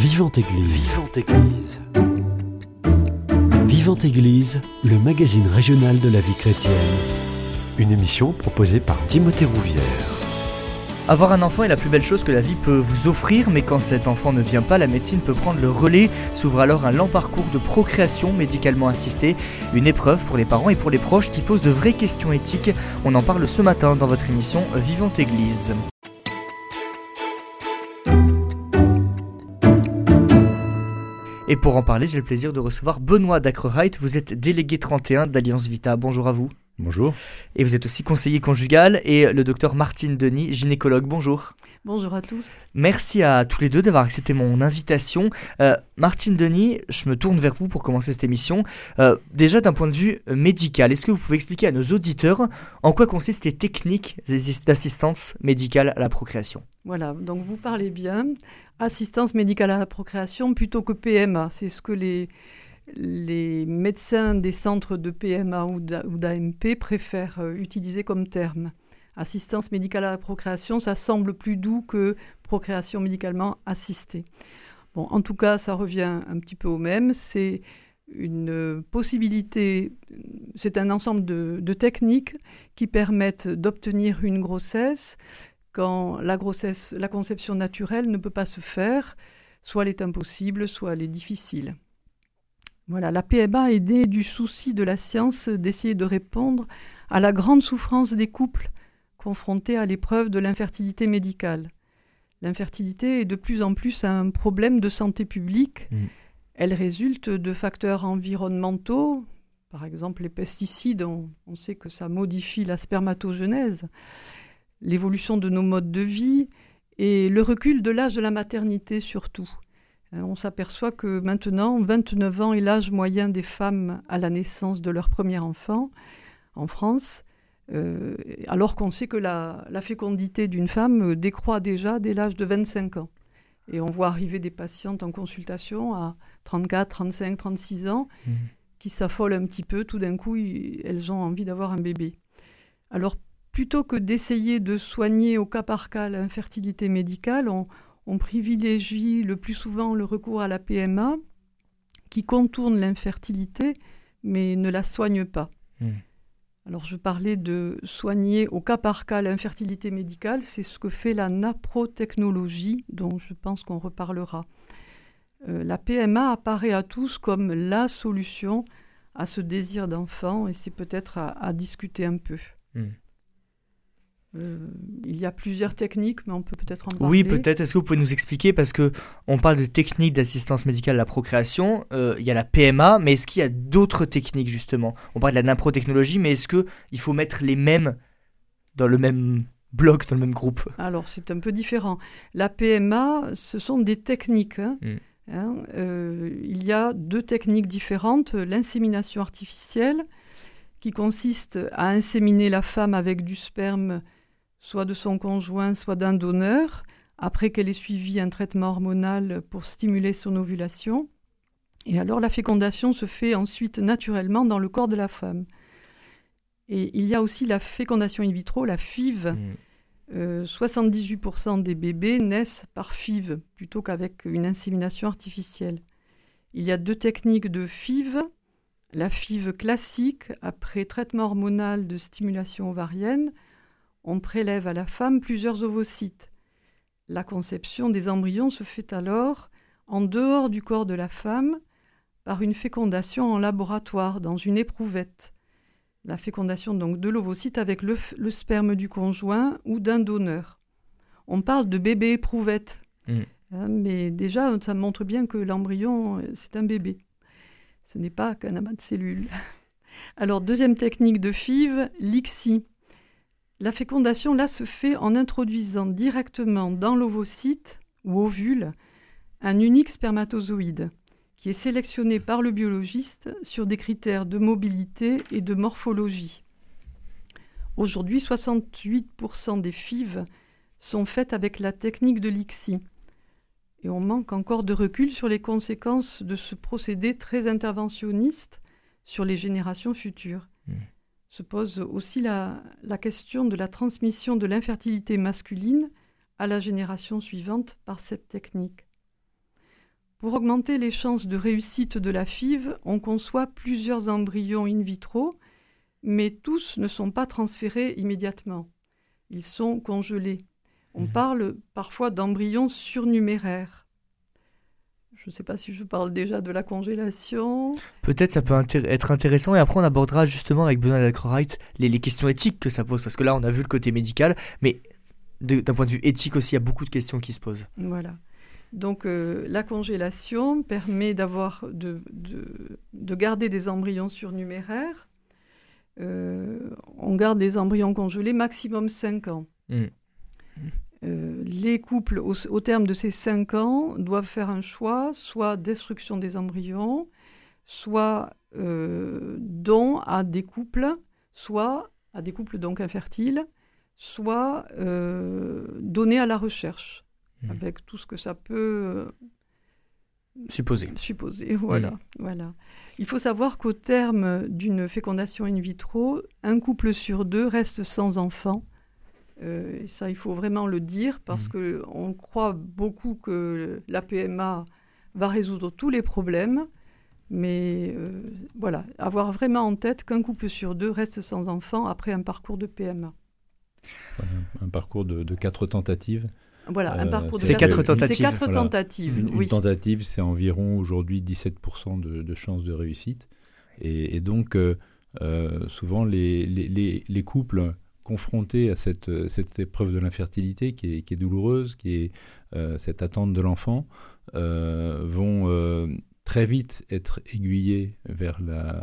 Vivante Église. Vivante Église, le magazine régional de la vie chrétienne. Une émission proposée par Timothée Rouvière. Avoir un enfant est la plus belle chose que la vie peut vous offrir, mais quand cet enfant ne vient pas, la médecine peut prendre le relais. S'ouvre alors un lent parcours de procréation médicalement assistée, une épreuve pour les parents et pour les proches qui pose de vraies questions éthiques. On en parle ce matin dans votre émission Vivante Église. Et pour en parler, j'ai le plaisir de recevoir Benoît Dacrereit. Vous êtes délégué 31 d'Alliance Vita. Bonjour à vous. Bonjour. Et vous êtes aussi conseiller conjugal et le docteur Martine Denis, gynécologue. Bonjour. Bonjour à tous. Merci à tous les deux d'avoir accepté mon invitation. Martine Denis, je me tourne vers vous pour commencer cette émission. Déjà d'un point de vue médical, est-ce que vous pouvez expliquer à nos auditeurs en quoi consistent les techniques d'assistance médicale à la procréation ? Voilà, donc vous parlez bien. Assistance médicale à la procréation plutôt que PMA. C'est ce que les médecins des centres de PMA ou d'AMP préfèrent utiliser comme terme. Assistance médicale à la procréation, ça semble plus doux que procréation médicalement assistée. Bon, en tout cas, ça revient un petit peu au même. C'est une possibilité, c'est un ensemble de techniques qui permettent d'obtenir une grossesse quand la conception naturelle ne peut pas se faire, soit elle est impossible, soit elle est difficile. Voilà, la PMA est née du souci de la science d'essayer de répondre à la grande souffrance des couples confrontés à l'épreuve de l'infertilité médicale. L'infertilité est de plus en plus un problème de santé publique. Elle résulte de facteurs environnementaux, par exemple les pesticides, on sait que ça modifie la spermatogenèse, l'évolution de nos modes de vie et le recul de l'âge de la maternité surtout. On s'aperçoit que maintenant, 29 ans est l'âge moyen des femmes à la naissance de leur premier enfant en France, alors qu'on sait que la fécondité d'une femme décroît déjà dès l'âge de 25 ans. Et on voit arriver des patientes en consultation à 34, 35, 36 ans qui s'affolent un petit peu. Tout d'un coup, elles ont envie d'avoir un bébé. Alors, plutôt que d'essayer de soigner au cas par cas l'infertilité médicale, on privilégie le plus souvent le recours à la PMA, qui contourne l'infertilité, mais ne la soigne pas. Alors, je parlais de soigner au cas par cas l'infertilité médicale, c'est ce que fait la naprotechnologie, dont je pense qu'on reparlera. La PMA apparaît à tous comme la solution à ce désir d'enfant, et c'est peut-être à discuter un peu. Il y a plusieurs techniques, mais on peut peut-être en parler. Oui, peut-être. Est-ce que vous pouvez nous expliquer, parce qu'on parle de techniques d'assistance médicale à la procréation, il y a la PMA, mais est-ce qu'il y a d'autres techniques, justement ? On parle de la naprotechnologie, mais est-ce qu'il faut mettre les mêmes dans le même bloc, dans le même groupe ? Alors, c'est un peu différent. La PMA, ce sont des techniques. Il y a deux techniques différentes. L'insémination artificielle, qui consiste à inséminer la femme avec du sperme soit de son conjoint, soit d'un donneur, après qu'elle ait suivi un traitement hormonal pour stimuler son ovulation. Et alors la fécondation se fait ensuite naturellement dans le corps de la femme. Et il y a aussi la fécondation in vitro, la FIV. 78% des bébés naissent par FIV, plutôt qu'avec une insémination artificielle. Il y a deux techniques de FIV. La FIV classique, après traitement hormonal de stimulation ovarienne, on prélève à la femme plusieurs ovocytes. La conception des embryons se fait alors en dehors du corps de la femme par une fécondation en laboratoire, dans une éprouvette. La fécondation donc de l'ovocyte avec le sperme du conjoint ou d'un donneur. On parle de bébé éprouvette, mais déjà ça montre bien que l'embryon, c'est un bébé. Ce n'est pas qu'un amas de cellules. Alors, deuxième technique de FIV, l'ICSI. La fécondation, là, se fait en introduisant directement dans l'ovocyte ou ovule un unique spermatozoïde qui est sélectionné par le biologiste sur des critères de mobilité et de morphologie. Aujourd'hui, 68% des FIV sont faites avec la technique de l'ICSI. Et on manque encore de recul sur les conséquences de ce procédé très interventionniste sur les générations futures. Se pose aussi la question de la transmission de l'infertilité masculine à la génération suivante par cette technique. Pour augmenter les chances de réussite de la FIV, on conçoit plusieurs embryons in vitro, mais tous ne sont pas transférés immédiatement. Ils sont congelés. On parle parfois d'embryons surnuméraires. Je ne sais pas si je parle déjà de la congélation. Peut-être ça peut être intéressant, et après on abordera justement avec Benoît Delcroix les questions éthiques que ça pose, parce que là on a vu le côté médical, mais d'un point de vue éthique aussi, il y a beaucoup de questions qui se posent. Voilà. Donc la congélation permet de garder des embryons surnuméraires. On garde des embryons congelés maximum 5 ans. Les couples, au terme de ces 5 ans, doivent faire un choix, soit destruction des embryons, soit don à des couples, soit à des couples donc infertiles, soit donné à la recherche, avec tout ce que ça peut supposer. Voilà. Il faut savoir qu'au terme d'une fécondation in vitro, un couple sur 2 reste sans enfant. Ça, il faut vraiment le dire, parce qu'on croit beaucoup que la PMA va résoudre tous les problèmes. Mais voilà, avoir vraiment en tête qu'un couple sur 2 reste sans enfant après un parcours de PMA. Voilà, un parcours de 4 tentatives. Voilà, un parcours de c'est 4 tentatives. C'est 4 tentatives, Une tentative, c'est environ aujourd'hui 17% de chances de réussite. Et donc, souvent, les couples confrontés à cette épreuve de l'infertilité qui est douloureuse, qui est cette attente de l'enfant, vont très vite être aiguillés vers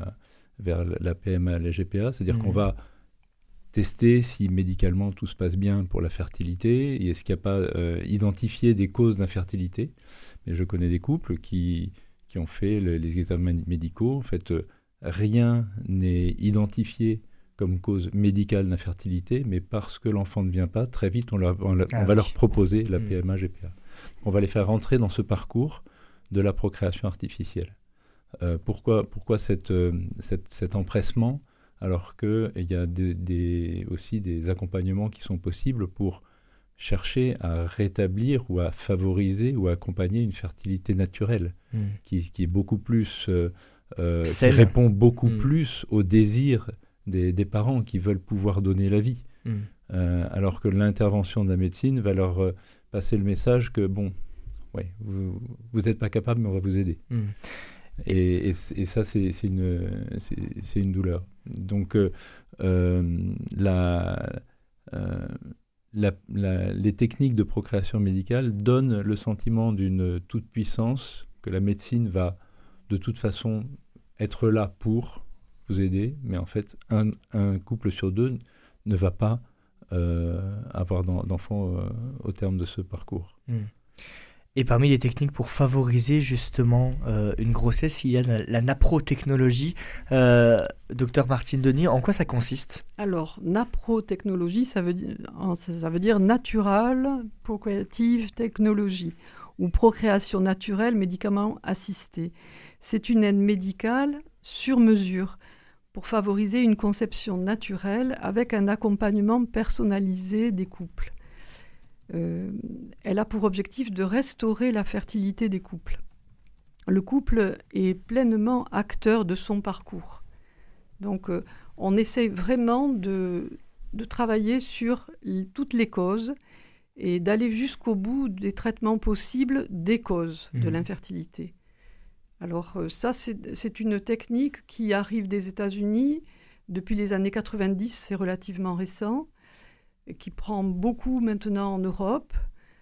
la PMA, la GPA. C'est-à-dire qu'on va tester si médicalement tout se passe bien pour la fertilité, et est-ce qu'il n'y a pas identifié des causes d'infertilité. Mais je connais des couples qui ont fait les examens médicaux. En fait, rien n'est identifié comme cause médicale d'infertilité, mais parce que l'enfant ne vient pas, très vite on va leur proposer la PMA GPA. On va les faire rentrer dans ce parcours de la procréation artificielle. Pourquoi cet empressement, alors qu'il y a aussi des accompagnements qui sont possibles pour chercher à rétablir ou à favoriser ou à accompagner une fertilité naturelle qui est beaucoup plus, qui répond beaucoup plus aux désirs des parents qui veulent pouvoir donner la vie. Alors que l'intervention de la médecine va leur passer le message que, vous n'êtes pas capable, mais on va vous aider. Et ça, c'est une douleur. Donc, les techniques de procréation médicale donnent le sentiment d'une toute-puissance, que la médecine va de toute façon être là pour vous aider, mais en fait, un couple sur 2 ne va pas avoir d'enfants au terme de ce parcours. Et parmi les techniques pour favoriser justement une grossesse, il y a la naprotechnologie. Docteur Martine Denis, en quoi ça consiste ? Alors, naprotechnologie, ça veut dire Natural Procreative Technology, ou procréation naturelle, médicament assisté. C'est une aide médicale sur mesure pour favoriser une conception naturelle avec un accompagnement personnalisé des couples. Elle a pour objectif de restaurer la fertilité des couples. Le couple est pleinement acteur de son parcours. Donc, on essaie vraiment de travailler sur toutes les causes et d'aller jusqu'au bout des traitements possibles des causes de l'infertilité. Alors ça, c'est une technique qui arrive des États-Unis depuis les années 90, c'est relativement récent, et qui prend beaucoup maintenant en Europe.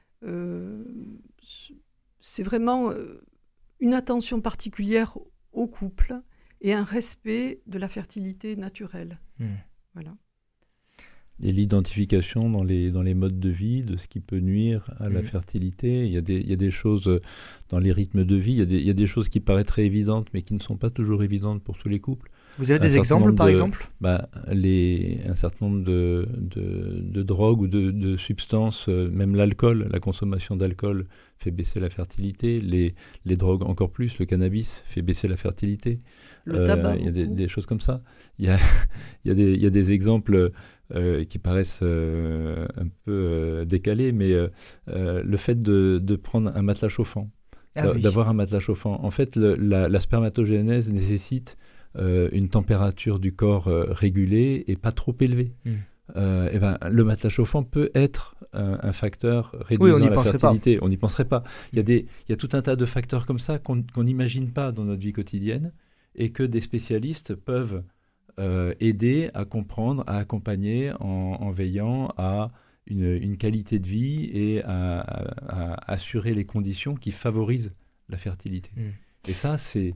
C'est vraiment une attention particulière au couple et un respect de la fertilité naturelle. Voilà. Et l'identification dans les modes de vie de ce qui peut nuire à la fertilité. Il y a des choses dans les rythmes de vie, il y a des choses qui paraîtraient évidentes, mais qui ne sont pas toujours évidentes pour tous les couples. Vous avez des exemples, par exemple ? Un certain nombre de drogues ou de substances, même l'alcool, la consommation d'alcool fait baisser la fertilité. Les drogues encore plus, le cannabis fait baisser la fertilité. Le tabac. Il y a des choses comme ça. Il y a des exemples qui paraissent un peu décalés, mais le fait de prendre un matelas chauffant, d'avoir un matelas chauffant. En fait, la spermatogénèse nécessite une température du corps régulée et pas trop élevée. Le matelas chauffant peut être un facteur réduisant la fertilité. On n'y penserait pas. Il y a tout un tas de facteurs comme ça qu'on n'imagine pas dans notre vie quotidienne et que des spécialistes peuvent aider à comprendre, à accompagner en veillant à une qualité de vie et à assurer les conditions qui favorisent la fertilité. Et ça, c'est...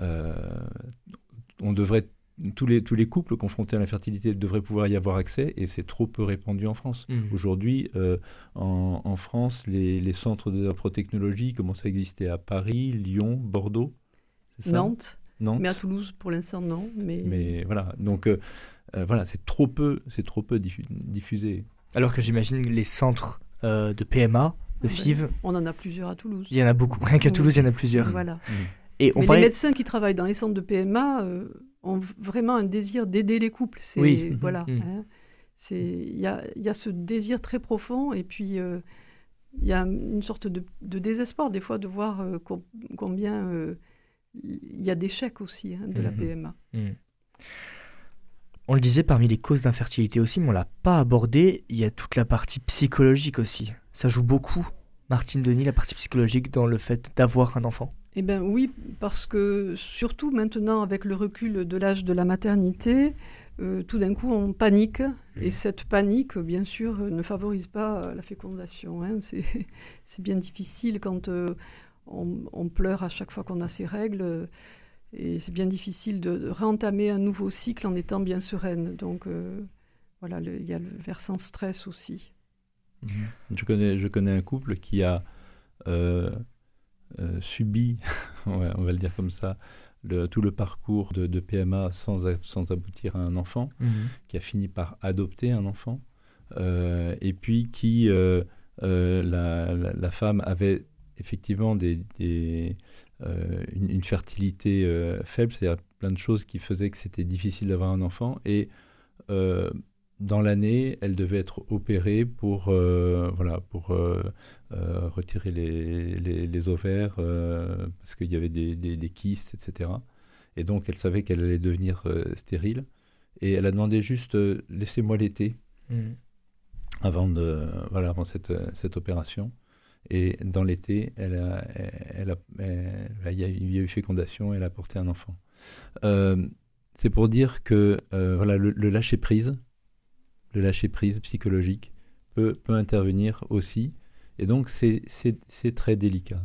on devrait... Tous les couples confrontés à l'infertilité devraient pouvoir y avoir accès et c'est trop peu répandu en France. Aujourd'hui, en France, les centres de protechnologie commencent à exister à Paris, Lyon, Bordeaux. C'est ça ? Nantes. Mais à Toulouse, pour l'instant, non. Mais voilà, donc c'est trop peu diffusé. Alors que j'imagine les centres de PMA, de FIV... On en a plusieurs à Toulouse. Il y en a beaucoup. Rien qu'à Toulouse, il y en a plusieurs. Voilà. Et les médecins qui travaillent dans les centres de PMA ont vraiment un désir d'aider les couples. Voilà. Il y a ce désir très profond et puis il y a une sorte de désespoir des fois de voir combien il y a d'échecs aussi de la PMA. On le disait, parmi les causes d'infertilité aussi, mais on ne l'a pas abordé, il y a toute la partie psychologique aussi. Ça joue beaucoup, Martine Denis, la partie psychologique dans le fait d'avoir un enfant. Eh bien oui, parce que surtout maintenant, avec le recul de l'âge de la maternité, tout d'un coup on panique. Et cette panique, bien sûr, ne favorise pas la fécondation. C'est bien difficile quand on pleure à chaque fois qu'on a ses règles. Et c'est bien difficile de réentamer un nouveau cycle en étant bien sereine. Donc voilà, il y a le versant stress aussi. Je connais un couple qui a subi, on va le dire comme ça, tout le parcours de PMA sans aboutir à un enfant, qui a fini par adopter un enfant, et puis qui, la femme avait effectivement une fertilité faible, c'est-à-dire plein de choses qui faisaient que c'était difficile d'avoir un enfant, et dans l'année, elle devait être opérée pour retirer les ovaires parce qu'il y avait des kystes, etc. Et donc, elle savait qu'elle allait devenir stérile. Et elle a demandé juste « laissez-moi l'été » avant cette opération. Et dans l'été, il y a eu fécondation et elle a porté un enfant. C'est pour dire que le lâcher-prise, le lâcher-prise psychologique peut intervenir aussi. Et donc, c'est très délicat.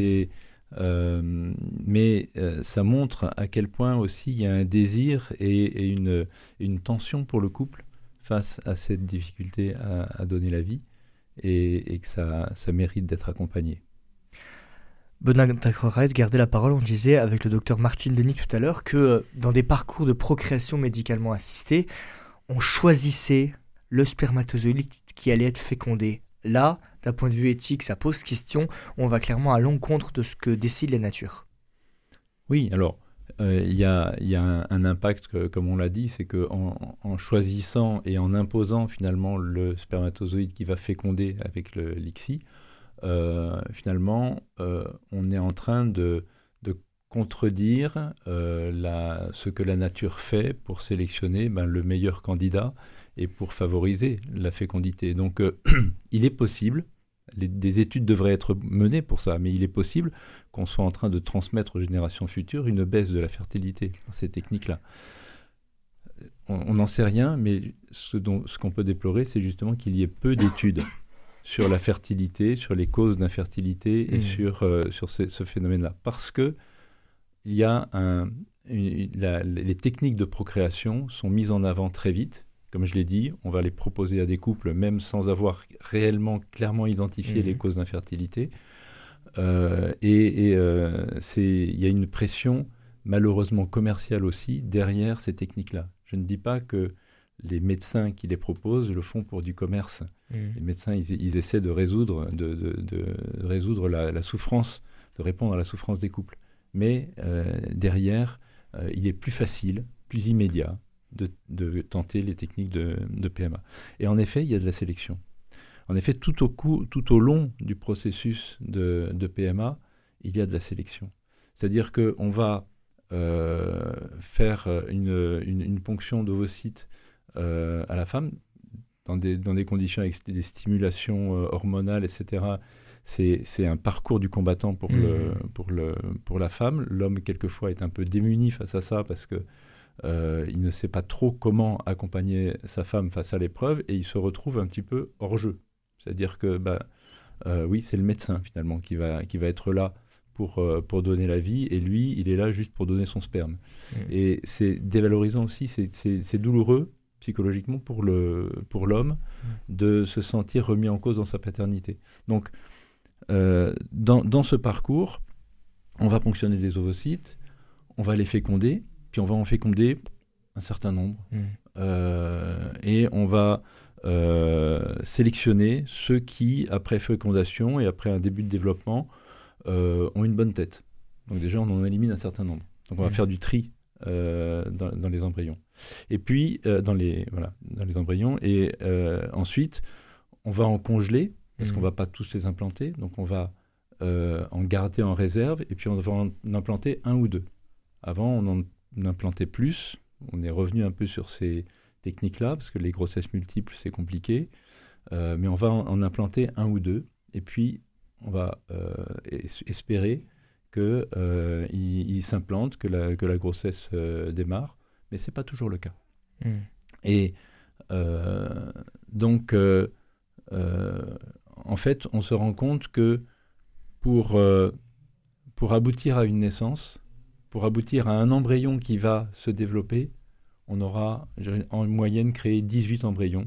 Mais ça montre à quel point aussi il y a un désir et une tension pour le couple face à cette difficulté à donner la vie et que ça mérite d'être accompagné. Benoît Tacroret, gardez la parole. On disait avec le docteur Martine Denis tout à l'heure que dans des parcours de procréation médicalement assistée, on choisissait le spermatozoïde qui allait être fécondé. Là, d'un point de vue éthique, ça pose question. On va clairement à l'encontre de ce que décide la nature. Oui, alors, il y a un impact, comme on l'a dit, c'est qu'en choisissant et en imposant finalement le spermatozoïde qui va féconder avec l'ICSI, finalement, on est en train de contredire ce que la nature fait pour sélectionner le meilleur candidat et pour favoriser la fécondité. Donc, il est possible, des études devraient être menées pour ça, mais il est possible qu'on soit en train de transmettre aux générations futures une baisse de la fertilité par ces techniques-là. On n'en sait rien, mais ce qu'on peut déplorer, c'est justement qu'il y ait peu d'études sur la fertilité, sur les causes d'infertilité et sur ce phénomène-là. Parce que il y a les techniques de procréation sont mises en avant très vite. Comme je l'ai dit, on va les proposer à des couples même sans avoir réellement clairement identifié les causes d'infertilité. Il y a une pression malheureusement commerciale aussi derrière ces techniques-là. Je ne dis pas que les médecins qui les proposent le font pour du commerce. Les médecins, ils essaient de résoudre la souffrance, de répondre à la souffrance des couples. Mais derrière, il est plus facile, plus immédiat de tenter les techniques de PMA. Et en effet, il y a de la sélection. En effet, tout au long du processus de PMA, il y a de la sélection. C'est-à-dire qu'on va faire une ponction d'ovocytes à la femme dans des conditions avec des stimulations hormonales, etc. C'est un parcours du combattant pour la femme. L'homme, quelquefois, est un peu démuni face à ça parce que il ne sait pas trop comment accompagner sa femme face à l'épreuve et il se retrouve un petit peu hors jeu. C'est-à-dire que, oui, c'est le médecin, finalement, qui va être là pour donner la vie, et lui, il est là juste pour donner son sperme. Et c'est dévalorisant aussi, c'est douloureux psychologiquement pour l'homme de se sentir remis en cause dans sa paternité. Donc, dans ce parcours, on va ponctionner des ovocytes, on va les féconder, puis on va en féconder un certain nombre. Et on va sélectionner ceux qui, après fécondation et après un début de développement, ont une bonne tête. Donc déjà, on en élimine un certain nombre. Donc on va faire du tri dans les embryons. Et puis, dans les embryons. Et ensuite, on va en congeler, parce qu'on ne va pas tous les implanter. Donc on va en garder en réserve, et puis on va en implanter un ou deux. Avant, on en implantait plus. On est revenu un peu sur ces techniques-là, parce que les grossesses multiples, c'est compliqué. Mais on va en implanter un ou deux. Et puis, on va espérer qu'il s'implante, que la grossesse démarre. Mais ce n'est pas toujours le cas. Et donc, en fait, on se rend compte que pour aboutir à une naissance, pour aboutir à un embryon qui va se développer, on aura en moyenne créé 18 embryons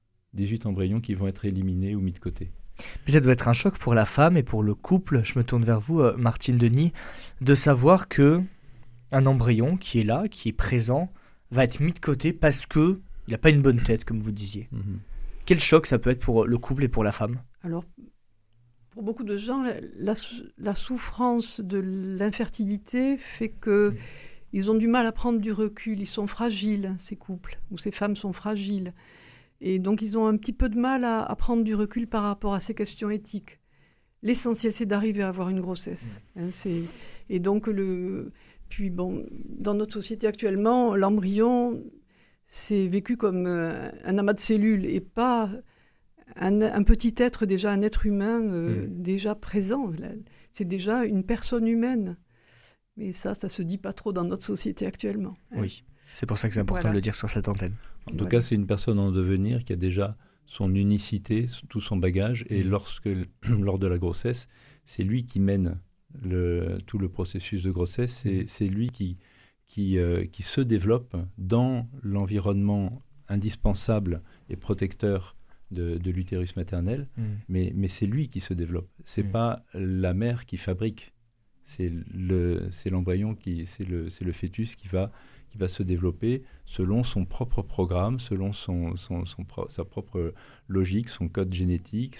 qui vont être éliminés ou mis de côté. Mais ça doit être un choc pour la femme et pour le couple, je me tourne vers vous, Martine Denis, de savoir que un embryon qui est là, qui est présent, va être mis de côté parce qu'il n'a pas une bonne tête, comme vous disiez. Quel choc ça peut être pour le couple et pour la femme? Alors, pour beaucoup de gens, la souffrance de l'infertilité fait qu'ils ont du mal à prendre du recul. Ils sont fragiles, ces couples, ou ces femmes sont fragiles. Et donc, ils ont un petit peu de mal à prendre du recul par rapport à ces questions éthiques. L'essentiel, c'est d'arriver à avoir une grossesse. Et donc, puis bon, dans notre société actuellement, l'embryon, c'est vécu comme un amas de cellules et pas un petit être, déjà un être humain déjà présent. C'est déjà une personne humaine. Mais ça se dit pas trop dans notre société actuellement. Oui, c'est pour ça que c'est important de le dire sur cette antenne. En tout cas, c'est une personne en devenir qui a déjà son unicité, tout son bagage, et lors de la grossesse, c'est lui qui mène tout le processus de grossesse, c'est lui qui se développe dans l'environnement indispensable et protecteur de l'utérus maternel, mais c'est lui qui se développe. C'est pas la mère qui fabrique, c'est l'embryon, c'est le fœtus qui va se développer selon son propre programme, selon sa propre logique, son code génétique,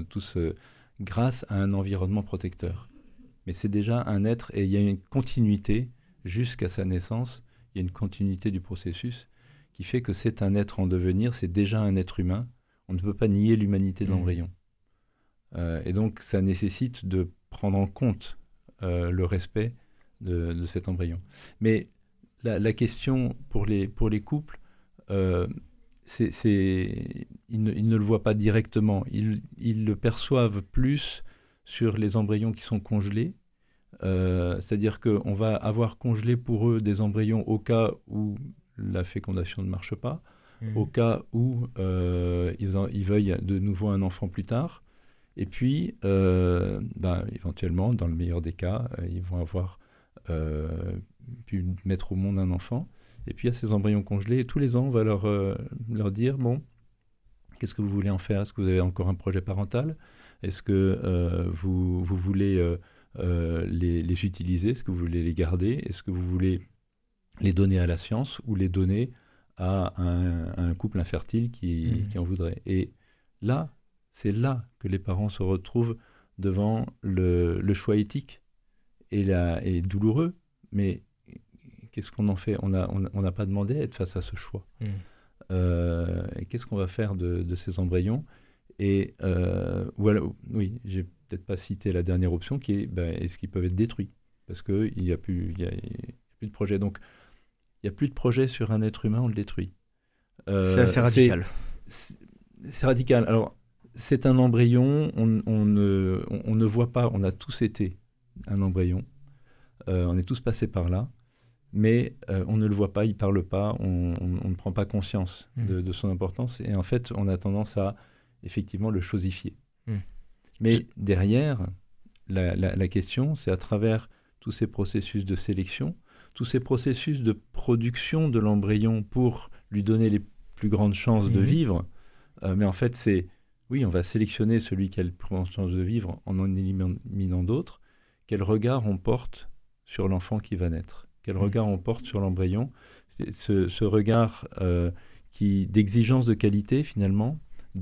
grâce à un environnement protecteur. Mais c'est déjà un être, et il y a une continuité jusqu'à sa naissance, il y a une continuité du processus qui fait que c'est un être en devenir, c'est déjà un être humain. On ne peut pas nier l'humanité de l'embryon. Et donc, ça nécessite de prendre en compte le respect de cet embryon. Mais la question pour les couples, ils ne le voient pas directement. Ils le perçoivent plus sur les embryons qui sont congelés. C'est-à-dire qu'on va avoir congelé pour eux des embryons au cas où la fécondation ne marche pas, au cas où ils veuillent de nouveau un enfant plus tard. Et puis, éventuellement, dans le meilleur des cas, ils vont avoir pu mettre au monde un enfant. Et puis, il y a ces embryons congelés. Et tous les ans, on va leur dire, bon, qu'est-ce que vous voulez en faire? Est-ce que vous avez encore un projet parental? Est-ce que vous voulez les utiliser? Est-ce que vous voulez les garder? Est-ce que vous voulez les donner à la science ou les donner à un couple infertile qui en voudrait? Et là, c'est là que les parents se retrouvent devant le choix éthique et douloureux. Mais qu'est-ce qu'on en fait? On n'a pas demandé à être face à ce choix. Et qu'est-ce qu'on va faire de ces embryons? Et oui, j'ai peut-être pas cité la dernière option qui est est-ce qu'ils peuvent être détruits parce qu'il n'y a plus de projet. Donc, il n'y a plus de projet sur un être humain, on le détruit. C'est assez radical. C'est radical. Alors, c'est un embryon, on ne voit pas, on a tous été un embryon, on est tous passés par là, mais on ne le voit pas, il ne parle pas, on ne prend pas conscience de son importance, et en fait, on a tendance à, effectivement, le chosifier. Mais derrière, la question, c'est à travers tous ces processus de sélection, tous ces processus de production de l'embryon pour lui donner les plus grandes chances de vivre. Mais en fait, on va sélectionner celui qui a les plus grandes chances de vivre en éliminant d'autres. Quel regard on porte sur l'enfant qui va naître? Quel regard on porte sur l'embryon? C'est ce regard d'exigence de qualité, finalement,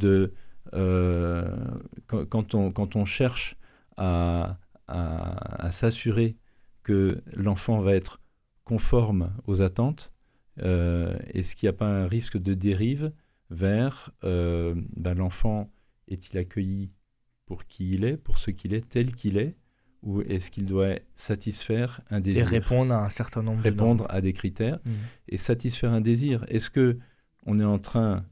quand on cherche à s'assurer que l'enfant va être conforme aux attentes, est-ce qu'il n'y a pas un risque de dérive vers l'enfant est-il accueilli pour qui il est, pour ce qu'il est, tel qu'il est, ou est-ce qu'il doit satisfaire un désir? Et répondre à un certain nombre répondre à des critères et satisfaire un désir. Est-ce qu'on est en train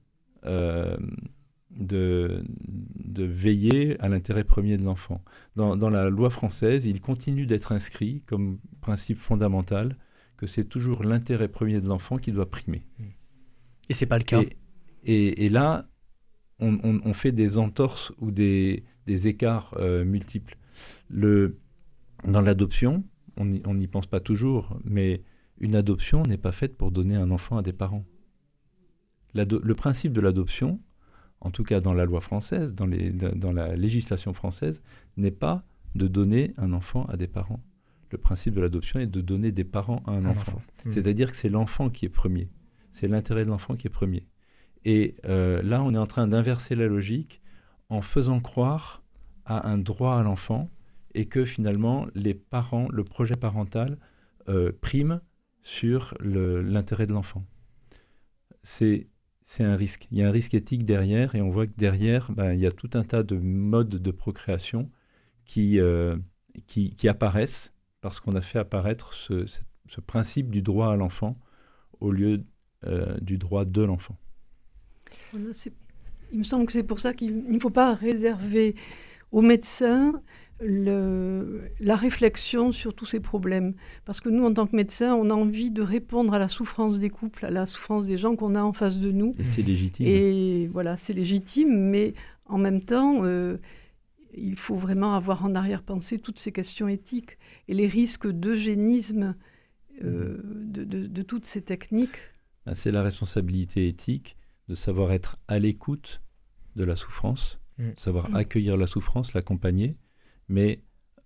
de veiller à l'intérêt premier de l'enfant? Dans la loi française, il continue d'être inscrit comme principe fondamental que c'est toujours l'intérêt premier de l'enfant qui doit primer. Et c'est pas le cas. Et là, on fait des entorses ou des écarts multiples. Dans l'adoption, on n'y pense pas toujours, mais une adoption n'est pas faite pour donner un enfant à des parents. Le principe de l'adoption, en tout cas dans la loi française, dans la législation française, n'est pas de donner un enfant à des parents. Le principe de l'adoption est de donner des parents à un enfant. C'est-à-dire que c'est l'enfant qui est premier. C'est l'intérêt de l'enfant qui est premier. Et là, on est en train d'inverser la logique en faisant croire à un droit à l'enfant et que finalement, les parents, le projet parental prime sur l'intérêt de l'enfant. C'est un risque. Il y a un risque éthique derrière et on voit que derrière, il y a tout un tas de modes de procréation qui apparaissent parce qu'on a fait apparaître ce principe du droit à l'enfant au lieu du droit de l'enfant. Voilà, il me semble que c'est pour ça qu'il ne faut pas réserver aux médecins la réflexion sur tous ces problèmes. Parce que nous, en tant que médecins, on a envie de répondre à la souffrance des couples, à la souffrance des gens qu'on a en face de nous. Et c'est légitime. Et voilà, c'est légitime, mais en même temps, il faut vraiment avoir en arrière-pensée toutes ces questions éthiques et les risques d'eugénisme de toutes ces techniques. C'est la responsabilité éthique de savoir être à l'écoute de la souffrance, savoir accueillir la souffrance, l'accompagner, mais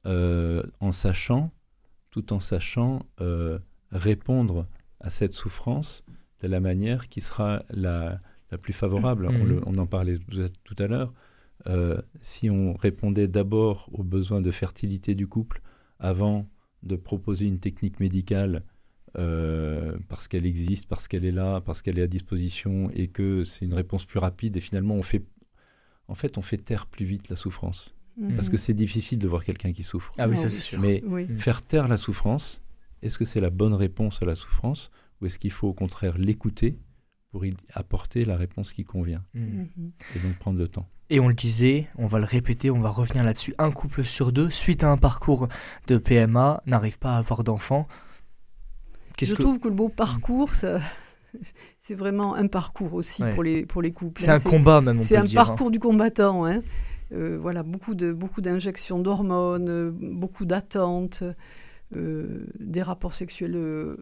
tout en sachant répondre à cette souffrance de la manière qui sera la plus favorable. On en parlait tout à l'heure. Si on répondait d'abord aux besoins de fertilité du couple avant de proposer une technique médicale parce qu'elle existe, parce qu'elle est là, parce qu'elle est à disposition et que c'est une réponse plus rapide et finalement on fait taire plus vite la souffrance. Parce que c'est difficile de voir quelqu'un qui souffre. Ah oui, ça c'est sûr. Mais faire taire la souffrance, est-ce que c'est la bonne réponse à la souffrance ou est-ce qu'il faut au contraire l'écouter pour y apporter la réponse qui convient et donc prendre le temps. Et on le disait, on va le répéter, on va revenir là-dessus, un couple sur deux, suite à un parcours de PMA, n'arrive pas à avoir d'enfants. Je trouve que le mot parcours, c'est vraiment un parcours aussi pour les couples. C'est un combat même, on peut le dire. C'est un parcours du combattant. Voilà, beaucoup d'injections d'hormones, beaucoup d'attentes, des rapports sexuels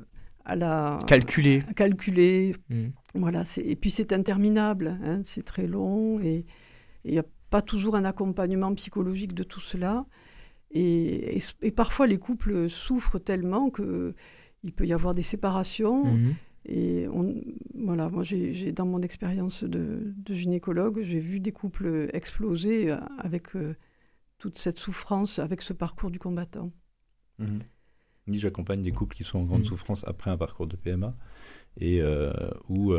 calculés. Voilà, et puis c'est interminable, c'est très long et il n'y a pas toujours un accompagnement psychologique de tout cela. Et parfois les couples souffrent tellement qu'il peut y avoir des séparations. Et voilà, moi, dans mon expérience de gynécologue, j'ai vu des couples exploser avec toute cette souffrance, avec ce parcours du combattant. Oui, j'accompagne des couples qui sont en grande souffrance après un parcours de PMA et où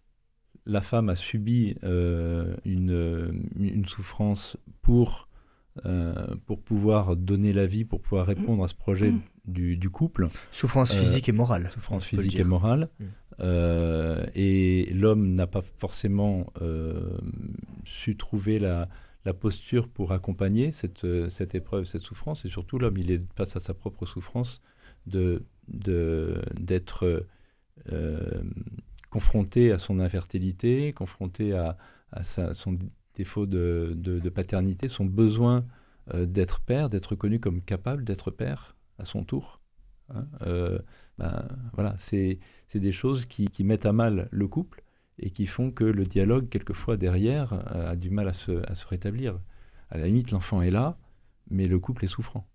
la femme a subi une souffrance pour pour pouvoir donner la vie, pour pouvoir répondre à ce projet du couple. Souffrance physique et morale. Souffrance physique et morale. Et l'homme n'a pas forcément su trouver la posture pour accompagner cette épreuve, cette souffrance. Et surtout, l'homme, il est face à sa propre souffrance d'être confronté à son infertilité, confronté à son défaut de paternité, son besoin d'être père, d'être reconnu comme capable d'être père à son tour. Hein, voilà, c'est des choses qui mettent à mal le couple et qui font que le dialogue, quelquefois derrière, a du mal à se rétablir. À la limite, l'enfant est là, mais le couple est souffrant.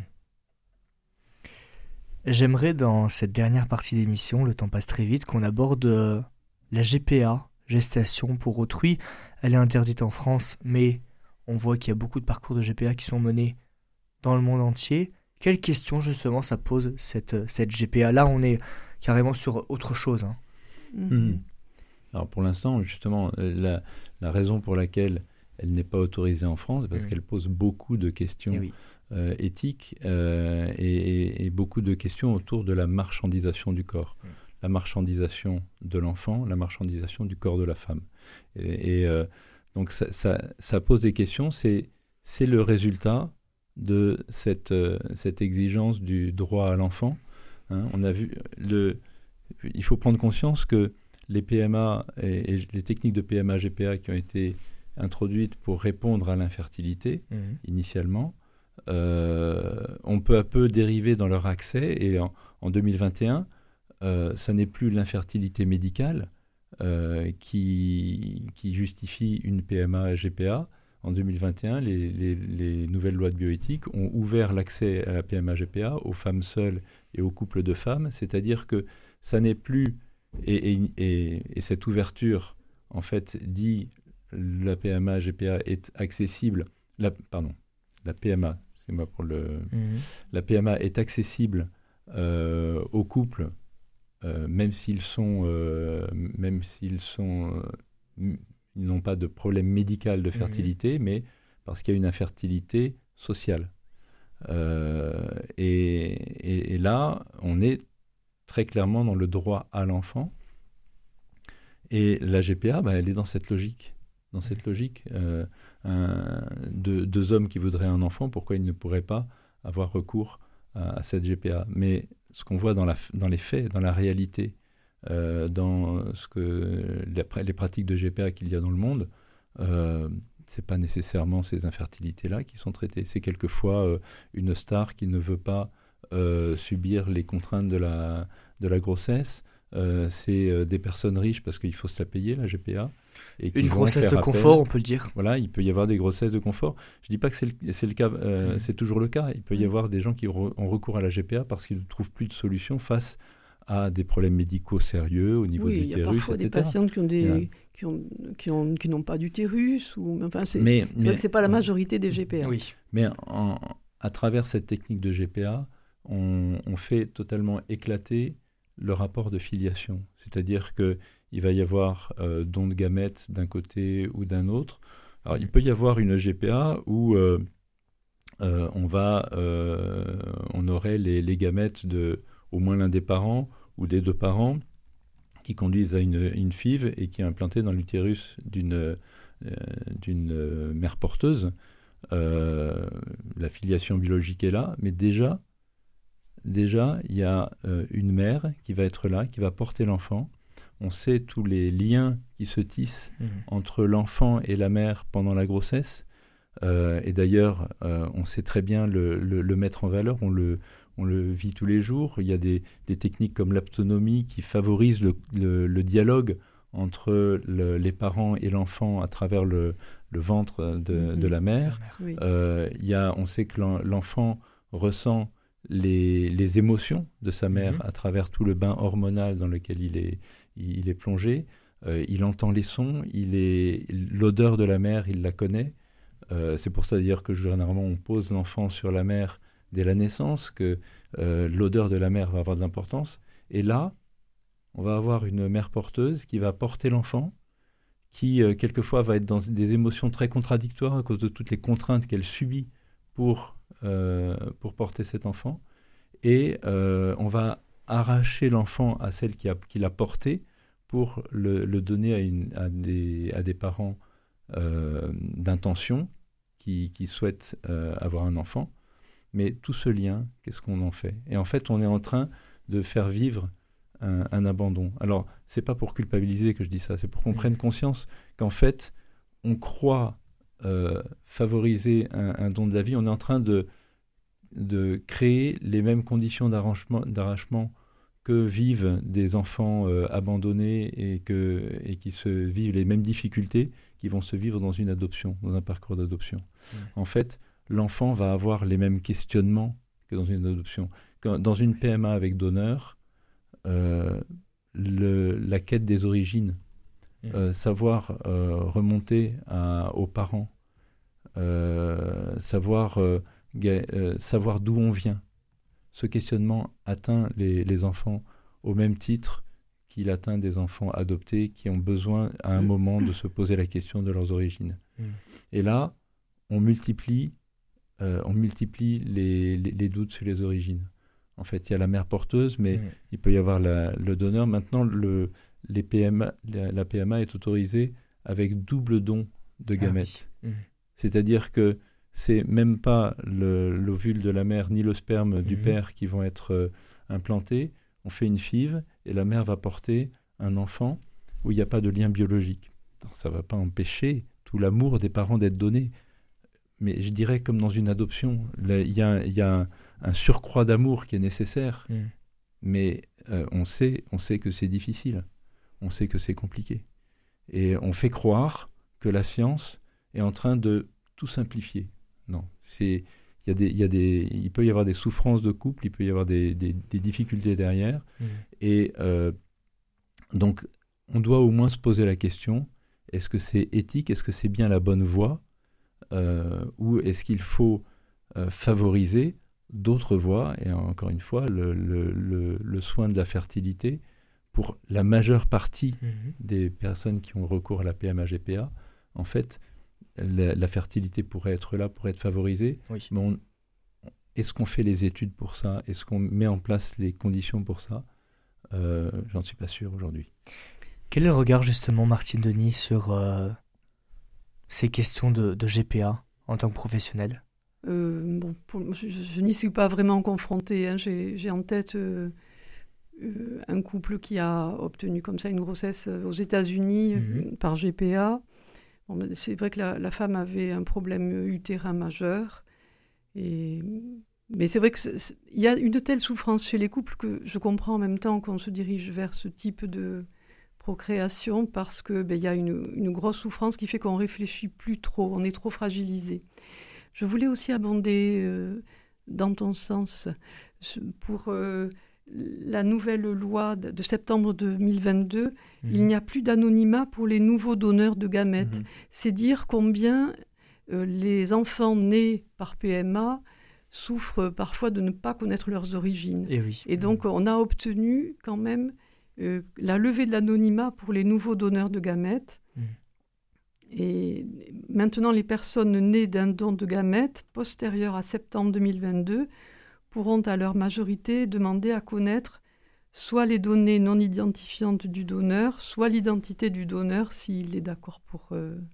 J'aimerais, dans cette dernière partie d'émission, le temps passe très vite, qu'on aborde la GPA, gestation pour autrui. Elle est interdite en France, mais on voit qu'il y a beaucoup de parcours de GPA qui sont menés dans le monde entier. Quelles questions, justement, ça pose, cette GPA? Là, on est carrément sur autre chose. Hein. Alors, pour l'instant, justement, la raison pour laquelle elle n'est pas autorisée en France, c'est parce qu'elle pose beaucoup de questions éthiques et beaucoup de questions autour de la marchandisation du corps. La marchandisation de l'enfant, la marchandisation du corps de la femme. Donc, ça pose des questions. C'est le résultat de cette exigence du droit à l'enfant. Hein, on a vu il faut prendre conscience que les PMA et les techniques de PMA GPA qui ont été introduites pour répondre à l'infertilité initialement ont peu à peu dérivé dans leur accès, et en 2021 ça n'est plus l'infertilité médicale qui justifie une PMA GPA. En 2021, les nouvelles lois de bioéthique ont ouvert l'accès à la PMA GPA aux femmes seules et aux couples de femmes, c'est-à-dire que ça n'est plus, et cette ouverture, en fait, dit la PMA GPA est accessible, la PMA, c'est moi pour la PMA est accessible aux couples, même s'ils n'ont pas de problème médical de fertilité, mais parce qu'il y a une infertilité sociale. Et là, on est très clairement dans le droit à l'enfant. Et la GPA, elle est dans cette logique. Deux hommes qui voudraient un enfant, pourquoi ils ne pourraient pas avoir recours à cette GPA? Mais ce qu'on voit dans les faits, dans la réalité, dans les pratiques de GPA qu'il y a dans le monde, c'est pas nécessairement ces inferdilités-là qui sont traitées. C'est quelquefois une star qui ne veut pas subir les contraintes de la grossesse. C'est des personnes riches parce qu'il faut se la payer, la GPA. Et une grossesse de confort, on peut le dire. Voilà, il peut y avoir des grossesses de confort. Je ne dis pas que c'est le cas, c'est toujours le cas. Il peut y avoir des gens qui ont recours à la GPA parce qu'ils ne trouvent plus de solution face à des problèmes médicaux sérieux au niveau de l'utérus, etc. Il y a parfois des patientes qui n'ont pas d'utérus. C'est vrai que ce n'est pas la majorité des GPA. Oui. Mais à travers cette technique de GPA, on fait totalement éclater le rapport de filiation. C'est-à-dire qu'il va y avoir don de gamètes d'un côté ou d'un autre. Alors, il peut y avoir une GPA où on aurait les gamètes de au moins l'un des parents ou des deux parents qui conduisent à une FIV et qui est implantée dans l'utérus d'une mère porteuse. La filiation biologique est là, mais déjà, il y a une mère qui va être là, qui va porter l'enfant. On sait tous les liens qui se tissent entre l'enfant et la mère pendant la grossesse. Et d'ailleurs, on sait très bien le mettre en valeur, on le vit tous les jours. Il y a des techniques comme l'aptonomie qui favorisent le dialogue entre les parents et l'enfant à travers le ventre de la mère. Oui. On sait que l'enfant ressent les émotions de sa mère à travers tout le bain hormonal dans lequel il est plongé. Il entend les sons, l'odeur de la mère, il la connaît. C'est pour ça d'ailleurs que généralement on pose l'enfant sur la mère dès la naissance, que l'odeur de la mère va avoir de l'importance. Et là, on va avoir une mère porteuse qui va porter l'enfant, qui quelquefois va être dans des émotions très contradictoires à cause de toutes les contraintes qu'elle subit pour porter cet enfant. Et on va arracher l'enfant à celle qui l'a porté pour le donner à des parents d'intention qui souhaitent avoir un enfant. Mais tout ce lien, qu'est-ce qu'on en fait? Et en fait, on est en train de faire vivre un abandon. Alors, c'est pas pour culpabiliser que je dis ça, c'est pour qu'on prenne conscience qu'en fait, on croit favoriser un don de la vie. On est en train de créer les mêmes conditions d'arrachement que vivent des enfants abandonnés et qui se vivent les mêmes difficultés qui vont se vivre dans une adoption, dans un parcours d'adoption. En fait, l'enfant va avoir les mêmes questionnements que dans une adoption. Dans une PMA avec donneur, la quête des origines, savoir remonter aux parents, savoir d'où on vient. Ce questionnement atteint les enfants au même titre qu'il atteint des enfants adoptés qui ont besoin à un moment de se poser la question de leurs origines. Et là, on multiplie les doutes sur les origines. En fait, il y a la mère porteuse, mais il peut y avoir le donneur. Maintenant, la PMA est autorisée avec double don de gamètes. C'est-à-dire que c'est même pas l'ovule de la mère ni le sperme du père qui vont être implantés. On fait une FIV et la mère va porter un enfant où il n'y a pas de lien biologique. Alors, ça ne va pas empêcher tout l'amour des parents d'être donné. Mais je dirais comme dans une adoption, il y a un surcroît d'amour qui est nécessaire. Mais on sait que c'est difficile. On sait que c'est compliqué. Et on fait croire que la science est en train de tout simplifier. Non, il peut y avoir des souffrances de couple, il peut y avoir des difficultés derrière. Et donc, on doit au moins se poser la question, est-ce que c'est éthique, est-ce que c'est bien la bonne voie, ou est-ce qu'il faut favoriser d'autres voies, et encore une fois, le soin de la fertilité pour la majeure partie des personnes qui ont recours à la PMA-GPA. En fait, la fertilité pourrait être là, pourrait être favorisée, mais est-ce qu'on fait les études pour ça? Est-ce qu'on met en place les conditions pour ça? J'en suis pas sûr aujourd'hui. Quel est le regard justement, Martine Denis, sur ces questions de GPA en tant que professionnel? Je n'y suis pas vraiment confrontée. Hein. J'ai en tête un couple qui a obtenu comme ça une grossesse aux États-Unis par GPA. Bon, c'est vrai que la femme avait un problème utérin majeur. Mais c'est vrai qu'il y a une telle souffrance chez les couples que je comprends en même temps qu'on se dirige vers ce type de procréation parce qu'il y a une grosse souffrance qui fait qu'on ne réfléchit plus trop, on est trop fragilisé. Je voulais aussi abonder dans ton sens pour la nouvelle loi de septembre 2022, il n'y a plus d'anonymat pour les nouveaux donneurs de gamètes. C'est dire combien les enfants nés par PMA souffrent parfois de ne pas connaître leurs origines. Et donc, on a obtenu quand même la levée de l'anonymat pour les nouveaux donneurs de gamètes. Et maintenant, les personnes nées d'un don de gamètes postérieur à septembre 2022 pourront à leur majorité demander à connaître soit les données non identifiantes du donneur, soit l'identité du donneur s'il est d'accord pour...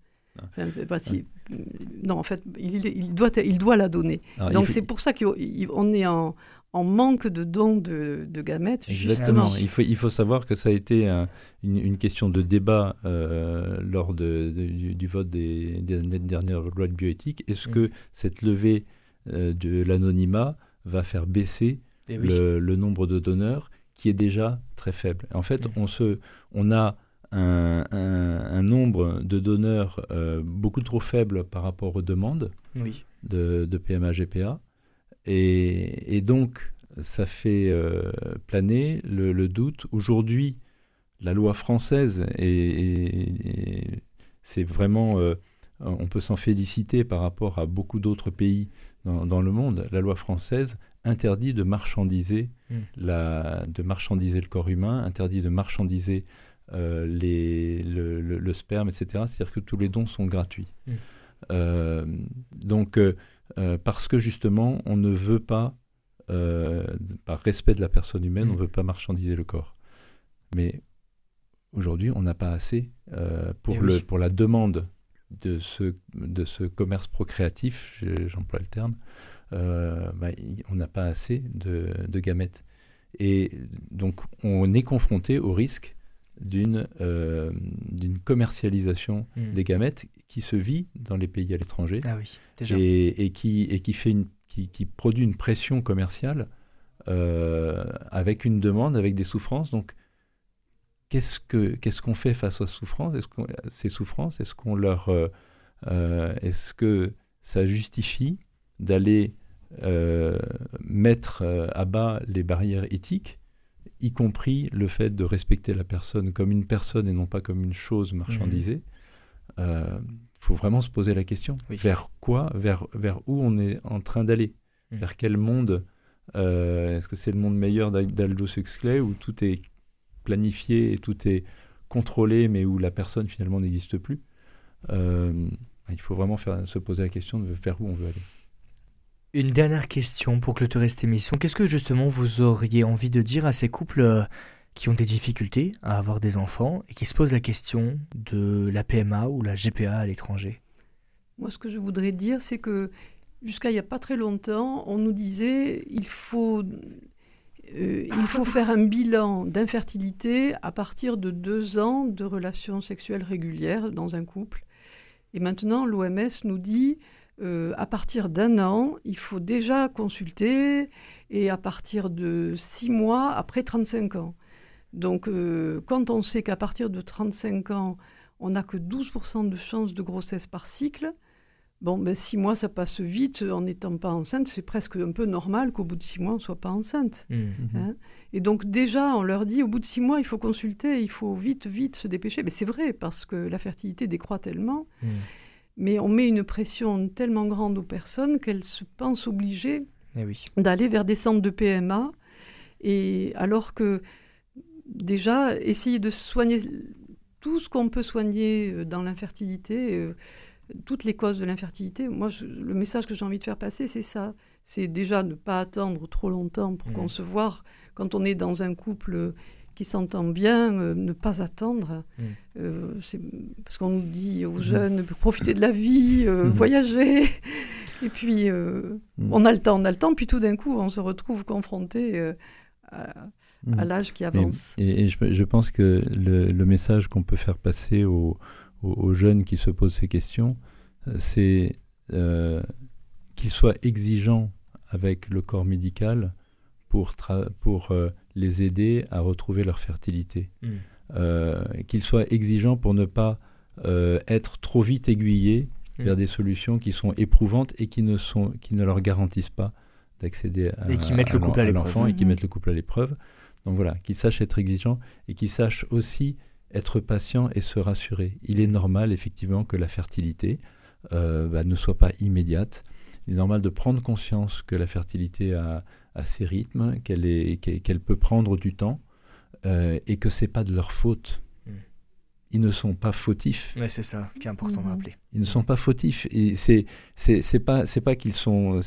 non, en fait, il doit la donner. Alors, donc c'est pour ça qu'on est en manque de dons de gamètes. Exactement. Il faut savoir que ça a été une question de débat lors du vote des dernières lois de bioéthique. Est-ce que cette levée de l'anonymat va faire baisser le nombre de donneurs qui est déjà très faible? En fait, on a un nombre de donneurs beaucoup trop faible par rapport aux demandes de PMA-GPA. Et donc, ça fait planer le doute. Aujourd'hui, la loi française, c'est vraiment... on peut s'en féliciter par rapport à beaucoup d'autres pays dans le monde. La loi française interdit de marchandiser le corps humain, interdit de marchandiser le sperme, etc. C'est-à-dire que tous les dons sont gratuits. Donc, parce que justement, on ne veut pas, par respect de la personne humaine, on ne veut pas marchandiser le corps. Mais aujourd'hui, on n'a pas assez pour la demande de ce commerce procréatif, j'emploie le terme, on n'a pas assez de gamètes. Et donc, on est confronté au risque d'une commercialisation des gamètes qui se vit dans les pays à l'étranger et qui produit une pression commerciale avec une demande, avec des souffrances. Donc, qu'est-ce qu'on fait face aux souffrances? Ces souffrances, est-ce que ça justifie d'aller mettre à bas les barrières éthiques, y compris le fait de respecter la personne comme une personne et non pas comme une chose marchandisée? Faut vraiment se poser la question. Vers quoi, vers où on est en train d'aller? Vers quel monde? Est-ce que c'est le monde meilleur d'Aldous Huxley où tout est planifié et tout est contrôlé, mais où la personne finalement n'existe plus? Il faut vraiment se poser la question de vers où on veut aller. Une dernière question pour clôturer cette émission. Qu'est-ce que justement vous auriez envie de dire à ces couples qui ont des difficultés à avoir des enfants et qui se posent la question de la PMA ou la GPA à l'étranger? Moi, ce que je voudrais dire, c'est que jusqu'à il n'y a pas très longtemps, on nous disait il faut faire un bilan d'infertilité à partir de 2 ans de relations sexuelles régulières dans un couple. Et maintenant, l'OMS nous dit à partir d'1 an, il faut déjà consulter, et à partir de 6 mois, après 35 ans. Donc, quand on sait qu'à partir de 35 ans, on n'a que 12% de chances de grossesse par cycle, 6 mois, ça passe vite. En n'étant pas enceinte, c'est presque un peu normal qu'au bout de 6 mois, on ne soit pas enceinte. Hein? Et donc, déjà, on leur dit, au bout de 6 mois, il faut consulter, il faut vite se dépêcher. Mais c'est vrai, parce que la fertilité décroît tellement. Mais on met une pression tellement grande aux personnes qu'elles se pensent obligées d'aller vers des centres de PMA. Et alors que, déjà, essayer de soigner tout ce qu'on peut soigner dans l'infertilité, toutes les causes de l'infertilité, moi, le message que j'ai envie de faire passer, c'est ça. C'est déjà ne pas attendre trop longtemps pour concevoir. Quand on est dans un couple qui s'entend bien, ne pas attendre. Parce qu'on nous dit aux jeunes, profitez de la vie, voyager. Et puis, on a le temps. Puis tout d'un coup, on se retrouve confronté à l'âge qui avance. Et je pense que le message qu'on peut faire passer aux jeunes qui se posent ces questions, c'est qu'ils soient exigeants avec le corps médical pour les aider à retrouver leur fertilité. Qu'ils soient exigeants pour ne pas être trop vite aiguillés vers des solutions qui sont éprouvantes et qui ne leur garantissent pas d'accéder à l'enfant et qui mettent le couple à l'épreuve. Donc voilà, qu'ils sachent être exigeants et qu'ils sachent aussi être patients et se rassurer. Il est normal effectivement que la fertilité ne soit pas immédiate. Il est normal de prendre conscience que la fertilité a ses rythmes, qu'elle peut prendre du temps et que c'est pas de leur faute. Ils ne sont pas fautifs. Mais c'est ça qui est important de rappeler. Ils ne sont pas fautifs et c'est pas qu'ils ont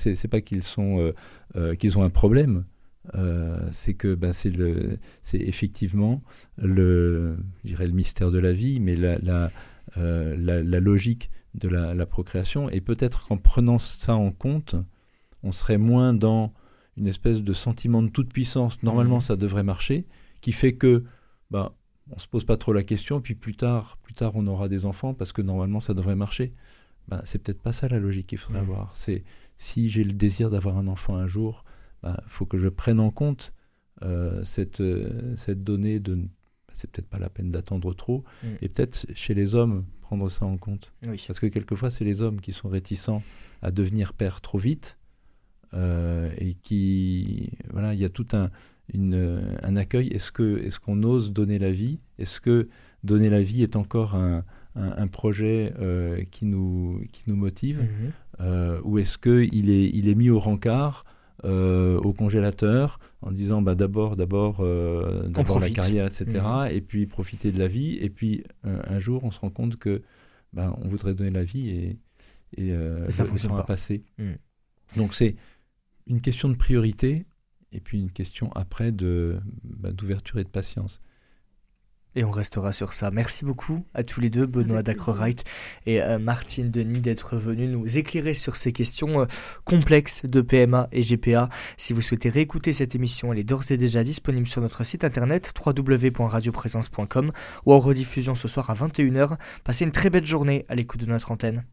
un problème. C'est que c'est effectivement le mystère de la vie, mais la logique de la procréation. Et peut-être qu'en prenant ça en compte, on serait moins dans une espèce de sentiment de toute puissance. Normalement, ça devrait marcher, qui fait que on se pose pas trop la question. Puis plus tard, on aura des enfants parce que normalement, ça devrait marcher. C'est peut-être pas ça la logique qu'il faudrait avoir. C'est si j'ai le désir d'avoir un enfant un jour, faut que je prenne en compte cette donnée de c'est peut-être pas la peine d'attendre trop et peut-être chez les hommes prendre ça en compte parce que quelquefois c'est les hommes qui sont réticents à devenir père trop vite et qui il y a tout un accueil. Est-ce qu'on ose donner la vie? Est-ce que donner la vie est encore un projet qui nous motive ou est-ce qu'il est mis au rencard au congélateur en disant d'abord la carrière, etc. Et puis profiter de la vie. Et puis un jour, on se rend compte que on voudrait donner la vie et ça le temps a passé. Donc c'est une question de priorité et puis une question après d'ouverture et de patience. Et on restera sur ça. Merci beaucoup à tous les deux, Benoît Dacre-Wright et Martine Denis, d'être venus nous éclairer sur ces questions complexes de PMA et GPA. Si vous souhaitez réécouter cette émission, elle est d'ores et déjà disponible sur notre site internet www.radioprésence.com ou en rediffusion ce soir à 21h. Passez une très belle journée à l'écoute de notre antenne.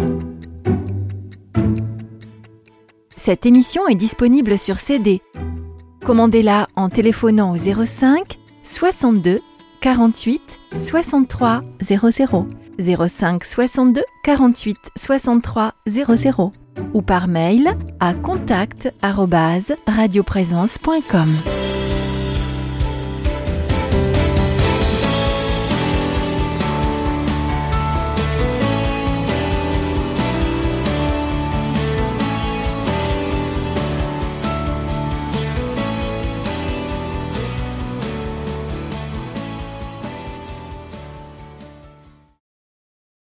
Cette émission est disponible sur CD. Commandez-la en téléphonant au 05 62 48 63 00 05 62 48 63 00 ou par mail à contact@radioprésence.com.